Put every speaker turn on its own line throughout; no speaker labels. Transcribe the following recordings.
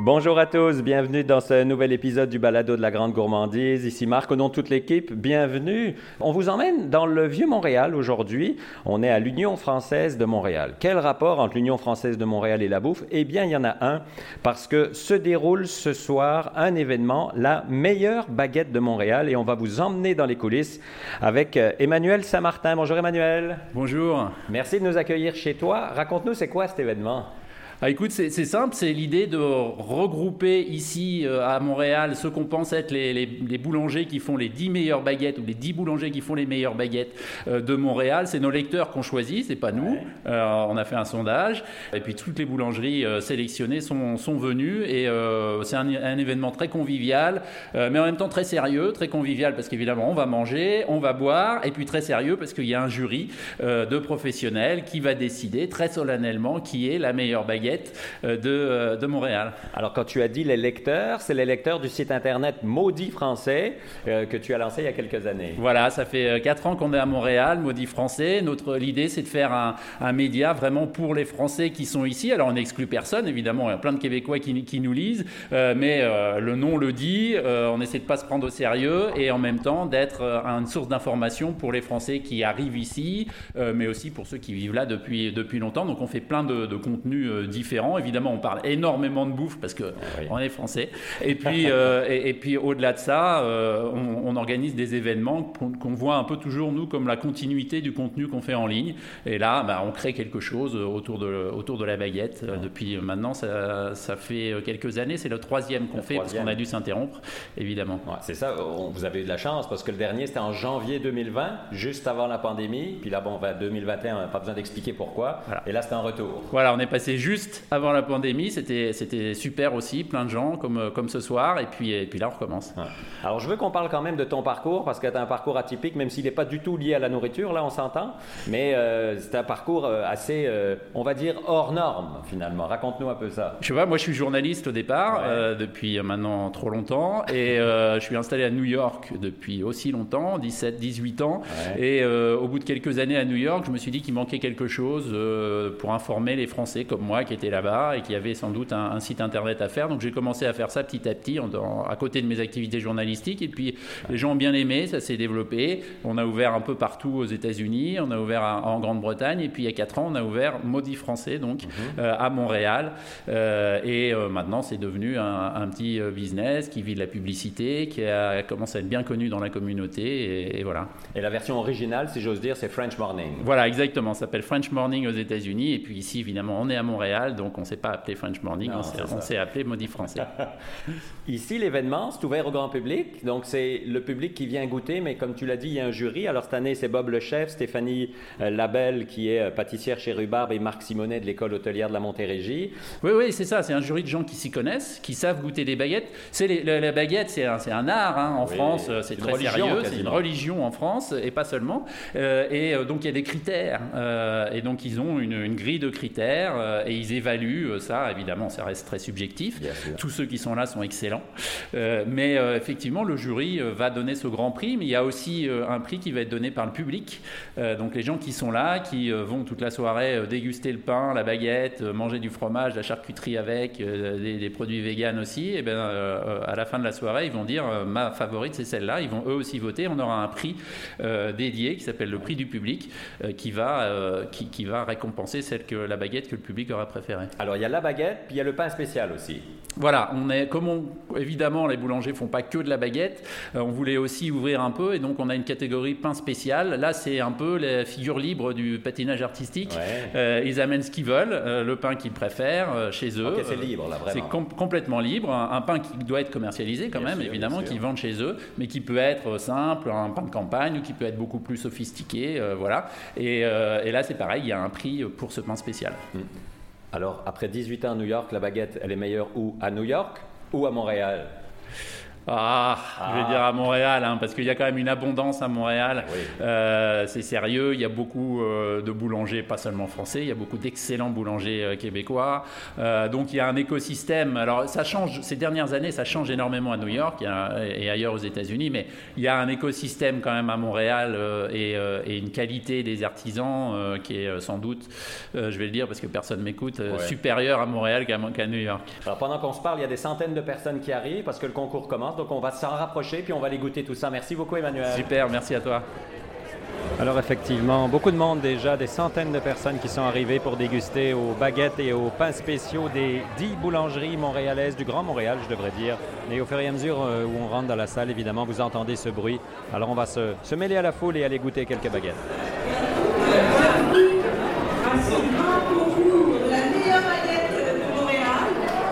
Bonjour à tous, bienvenue dans ce nouvel épisode du Balado de la Grande Gourmandise. Ici Marc, au nom de toute l'équipe, bienvenue. On vous emmène dans le Vieux-Montréal aujourd'hui. On est à l'Union française de Montréal. Quel rapport entre l'Union française de Montréal et la bouffe? Eh bien, il y en a un, parce que se déroule ce soir un événement, la meilleure baguette de Montréal, et on va vous emmener dans les coulisses avec Emmanuel Saint-Martin. Bonjour Emmanuel.
Bonjour.
Merci de nous accueillir chez toi. Raconte-nous, c'est quoi cet événement?
Écoute, c'est simple, c'est l'idée de regrouper ici à Montréal ce qu'on pense être les boulangers qui font les 10 meilleures baguettes ou les 10 boulangers qui font les meilleures baguettes de Montréal. C'est nos lecteurs qu'on choisit, c'est pas nous. On a fait un sondage et puis toutes les boulangeries sélectionnées sont venues et c'est un événement très convivial, mais en même temps très sérieux, très convivial parce qu'évidemment on va manger, on va boire et puis très sérieux parce qu'il y a un jury de professionnels qui va décider très solennellement qui est la meilleure baguette de Montréal.
Alors, quand tu as dit les lecteurs, c'est les lecteurs du site internet Maudit Français que tu as lancé il y a quelques années.
Voilà, ça fait 4 ans qu'on est à Montréal, Maudit Français. L'idée, c'est de faire un média vraiment pour les Français qui sont ici. Alors, on n'exclut personne, évidemment, il y a plein de Québécois qui nous lisent, mais le nom le dit, on essaie de ne pas se prendre au sérieux et en même temps d'être une source d'information pour les Français qui arrivent ici, mais aussi pour ceux qui vivent là depuis longtemps. Donc, on fait plein de contenus différents. Évidemment, on parle énormément de bouffe parce qu'on est français. Et puis, et puis au-delà de ça, on organise des événements qu'on voit un peu toujours, nous, comme la continuité du contenu qu'on fait en ligne. Et là, on crée quelque chose autour de la baguette. Depuis maintenant, ça fait quelques années. C'est le 3e qu'on fait parce qu'on a dû s'interrompre, évidemment.
Ouais, c'est ça. Vous avez eu de la chance parce que le dernier, c'était en janvier 2020, juste avant la pandémie. Puis là, 2021, on n'a pas besoin d'expliquer pourquoi. Voilà. Et là, c'était un retour.
Voilà, on est passé juste avant la pandémie, c'était super aussi, plein de gens comme ce soir, et puis là on recommence.
Ouais. Alors je veux qu'on parle quand même de ton parcours, parce que tu as un parcours atypique, même s'il n'est pas du tout lié à la nourriture, là on s'entend, mais c'est un parcours assez, on va dire, hors norme finalement. Raconte-nous un peu ça.
Je sais pas, moi je suis journaliste au départ, depuis maintenant trop longtemps, et je suis installé à New York depuis aussi longtemps, 17-18 ans, et au bout de quelques années à New York, je me suis dit qu'il manquait quelque chose pour informer les Français comme moi qui étaient là-bas et qui avaient sans doute un site internet à faire. Donc j'ai commencé à faire ça petit à petit à côté de mes activités journalistiques et puis les gens ont bien aimé, ça s'est développé. On a ouvert un peu partout aux États-Unis, on a ouvert en Grande-Bretagne et puis il y a 4 ans on a ouvert Maudit Français donc à Montréal et maintenant c'est devenu un petit business qui vit de la publicité, qui a commencé à être bien connu dans la communauté et voilà.
Et la version originale, si j'ose dire, c'est French Morning.
Voilà, exactement, ça s'appelle French Morning aux États-Unis et puis ici évidemment on est à Montréal, donc on ne s'est pas appelé French Morning, on s'est appelé Maudit Français.
Ici, l'événement, c'est ouvert au grand public, donc c'est le public qui vient goûter, mais comme tu l'as dit, il y a un jury. Alors cette année, c'est Bob le chef, Stéphanie Labelle qui est pâtissière chez Rhubarbe et Marc Simonet de l'école hôtelière de la Montérégie.
Oui, c'est ça, c'est un jury de gens qui s'y connaissent, qui savent goûter des baguettes. La baguette, c'est un art en France, c'est très sérieux, c'est une religion en France et pas seulement. Donc il y a des critères, et donc ils ont une grille de critères et ils évaluent ça, évidemment ça reste très subjectif, tous ceux qui sont là sont excellents, mais effectivement le jury va donner ce grand prix, mais il y a aussi un prix qui va être donné par le public, donc les gens qui sont là, qui vont toute la soirée déguster le pain, la baguette, manger du fromage, la charcuterie avec, des produits véganes aussi, et à la fin de la soirée ils vont dire ma favorite c'est celle-là, ils vont eux aussi voter, on aura un prix dédié qui s'appelle le prix du public qui va récompenser la baguette que le public aura préférée.
Alors il y a la baguette, puis il y a le pain spécial aussi.
Voilà, évidemment les boulangers font pas que de la baguette, on voulait aussi ouvrir un peu et donc on a une catégorie pain spécial. Là c'est un peu la figure libre du patinage artistique. Ils amènent ce qu'ils veulent, le pain qu'ils préfèrent chez eux.
Okay, c'est libre là, vraiment.
C'est complètement libre, un pain qui doit être commercialisé quand même, évidemment, qu'ils vendent chez eux, mais qui peut être simple, un pain de campagne ou qui peut être beaucoup plus sophistiqué, voilà. Et là c'est pareil, il y a un prix pour ce pain spécial.
Alors, après 18 ans à New York, la baguette, elle est meilleure où? À New York ou à Montréal?
Je vais dire à Montréal, parce qu'il y a quand même une abondance à Montréal. Oui. C'est sérieux, il y a beaucoup de boulangers, pas seulement français, il y a beaucoup d'excellents boulangers québécois. Donc il y a un écosystème. Alors ça change, ces dernières années, ça change énormément à New York et ailleurs aux États-Unis, mais il y a un écosystème quand même à Montréal et une qualité des artisans qui est sans doute, je vais le dire parce que personne ne m'écoute, supérieure à Montréal qu'à New York.
Alors pendant qu'on se parle, il y a des centaines de personnes qui arrivent parce que le concours commence. Donc on va s'en rapprocher puis on va aller goûter tout ça. Merci beaucoup Emmanuel.
Super, merci à toi.
Alors effectivement, beaucoup de monde déjà, des centaines de personnes qui sont arrivées pour déguster aux baguettes et aux pains spéciaux des 10 boulangeries montréalaises, du Grand Montréal je devrais dire. Et au fur et à mesure où on rentre dans la salle, évidemment, vous entendez ce bruit. Alors on va se mêler à la foule et aller goûter quelques baguettes.
À ce grand concours de la meilleure baguette de Montréal.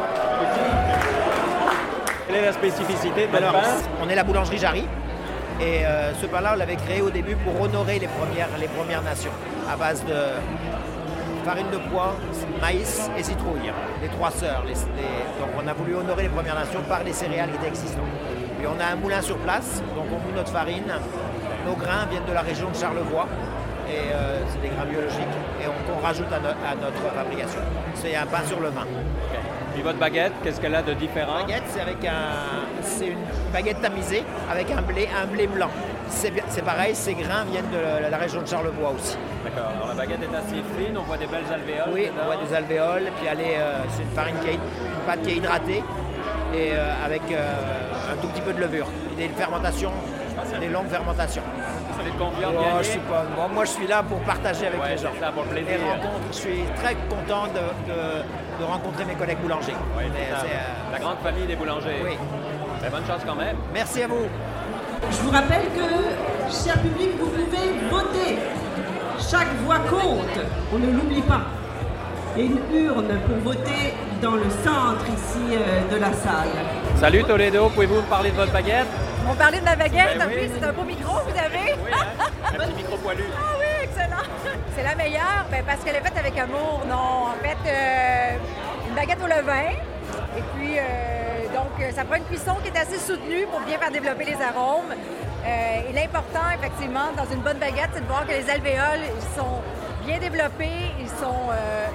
Quelle est la spécificité de votre pain?
On est la boulangerie Jarry et ce pain-là, on l'avait créé au début pour honorer les Premières Nations à base de farine de pois, maïs et citrouille, les trois sœurs. Donc on a voulu honorer les Premières Nations par les céréales qui étaient existantes. Puis on a un moulin sur place, donc on moule notre farine. Nos grains viennent de la région de Charlevoix. Et c'est des grains biologiques et on rajoute à notre fabrication. C'est un pain sur le vin.
Okay. Et votre baguette, qu'est-ce qu'elle a de différent?
La baguette, c'est une baguette tamisée avec un blé blanc. C'est pareil, ces grains viennent de la région de Charlevoix aussi.
D'accord. Alors la baguette est assez fine, on voit des belles alvéoles.
Oui, on voit des alvéoles, puis c'est une farine une pâte qui est hydratée et avec un tout petit peu de levure. Et des fermentations, des longues fermentations.
Ça va être conviant de gagner.
Moi, je suis là pour partager avec les gens.
Ça, pour le plaisir.
Je suis très content de rencontrer mes collègues boulangers.
Oui, la grande famille des boulangers.
Oui.
Bonne chance quand même.
Merci à vous.
Je vous rappelle que, cher public, vous pouvez voter. Chaque voix compte, on ne l'oublie pas. Il y a une urne pour voter dans le centre ici de la salle.
Salut Toledo, pouvez-vous me parler de votre baguette?
On parlait de ma baguette,
Ben oui.
oui, c'est un beau micro, vous avez?
Oui, un petit micro poilu.
Ah oui, excellent. C'est la meilleure, parce qu'elle est faite avec amour. Non, en fait, une baguette au levain. Et puis, donc, ça prend une cuisson qui est assez soutenue pour bien faire développer les arômes. Et l'important, effectivement, dans une bonne baguette, c'est de voir que les alvéoles, ils sont bien développés, ils sont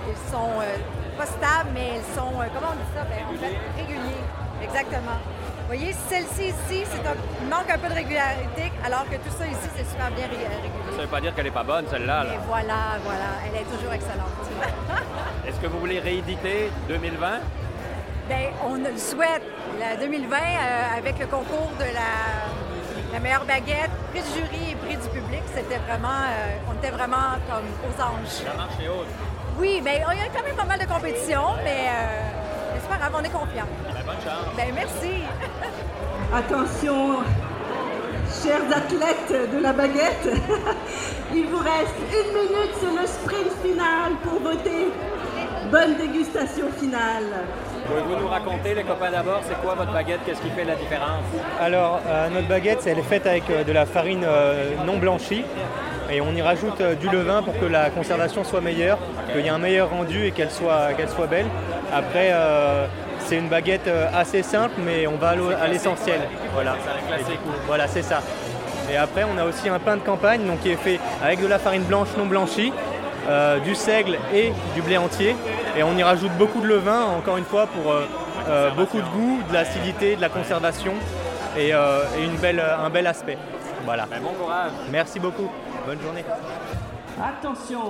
pas stables, mais ils sont, comment on dit ça? En fait, réguliers. Exactement. Vous voyez, celle-ci ici, il manque un peu de régularité, alors que tout ça ici, c'est super bien régulier.
Ça ne veut pas dire qu'elle n'est pas bonne, celle-là.
Et voilà, elle est toujours excellente.
Est-ce que vous voulez rééditer 2020?
Bien, on le souhaite. La 2020, avec le concours de la meilleure baguette, prix du jury et prix du public, c'était vraiment, on était vraiment comme aux anges.
La marche est haute.
Oui, mais il y a quand même pas mal de compétition, mais c'est pas grave, on est confiants.
Bonne chance.
Bien, merci.
Attention, chers athlètes de la baguette, il vous reste 1 minute, c'est le sprint final pour voter. Bonne dégustation finale.
Pouvez-vous nous raconter, les copains d'abord, c'est quoi votre baguette? Qu'est-ce qui fait la différence?
Alors, notre baguette, elle est faite avec de la farine non blanchie. Et on y rajoute du levain pour que la conservation soit meilleure, qu'il y ait un meilleur rendu et qu'elle soit belle. Après, c'est une baguette assez simple, mais on va à l'essentiel. Voilà. Voilà, c'est ça. Et après, on a aussi un pain de campagne donc, qui est fait avec de la farine blanche non blanchie, du seigle et du blé entier. Et on y rajoute beaucoup de levain, encore une fois, pour beaucoup de goût, de l'acidité, de la conservation et un bel aspect. Voilà.
Bon courage.
Merci beaucoup. Bonne journée.
Attention.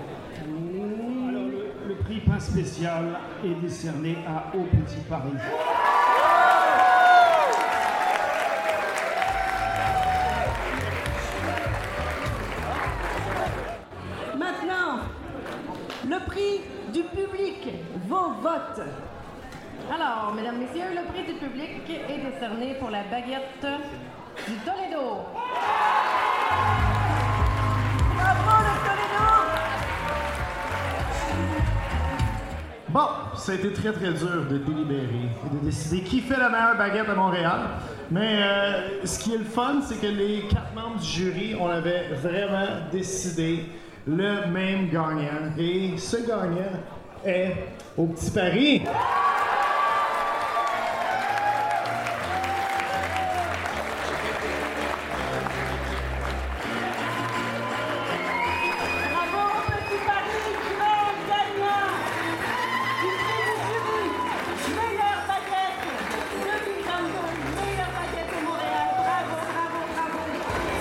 Alors, le prix pain spécial est décerné à Au Petit Paris.
Maintenant, le prix du public, vos votes.
Alors, mesdames, messieurs, le prix du public est décerné pour la baguette du Toledo.
Bravo le Toledo!
Bon, ça a été très très dur de délibérer et de décider qui fait la meilleure baguette à Montréal. Mais ce qui est le fun, c'est que les 4 membres du jury, on avait vraiment décidé le même gagnant. Et ce gagnant est Au Petit Paris.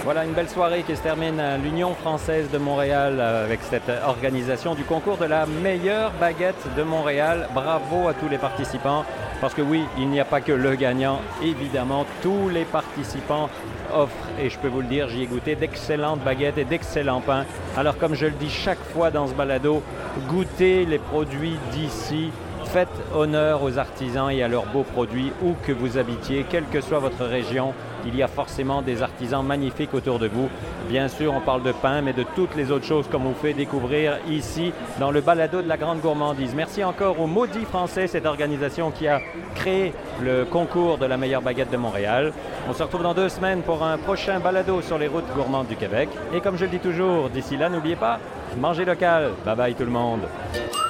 Voilà une belle soirée qui se termine à l'Union française de Montréal avec cette organisation du concours de la meilleure baguette de Montréal. Bravo à tous les participants parce que oui, il n'y a pas que le gagnant. Évidemment, tous les participants offrent, et je peux vous le dire, j'y ai goûté d'excellentes baguettes et d'excellents pains. Alors comme je le dis chaque fois dans ce balado, goûtez les produits d'ici. Faites honneur aux artisans et à leurs beaux produits, où que vous habitiez, quelle que soit votre région. Il y a forcément des artisans magnifiques autour de vous. Bien sûr, on parle de pain, mais de toutes les autres choses qu'on vous fait découvrir ici, dans le balado de la Grande Gourmandise. Merci encore au Maudit Français, cette organisation qui a créé le concours de la meilleure baguette de Montréal. On se retrouve dans 2 semaines pour un prochain balado sur les routes gourmandes du Québec. Et comme je le dis toujours, d'ici là, n'oubliez pas, mangez local. Bye bye tout le monde.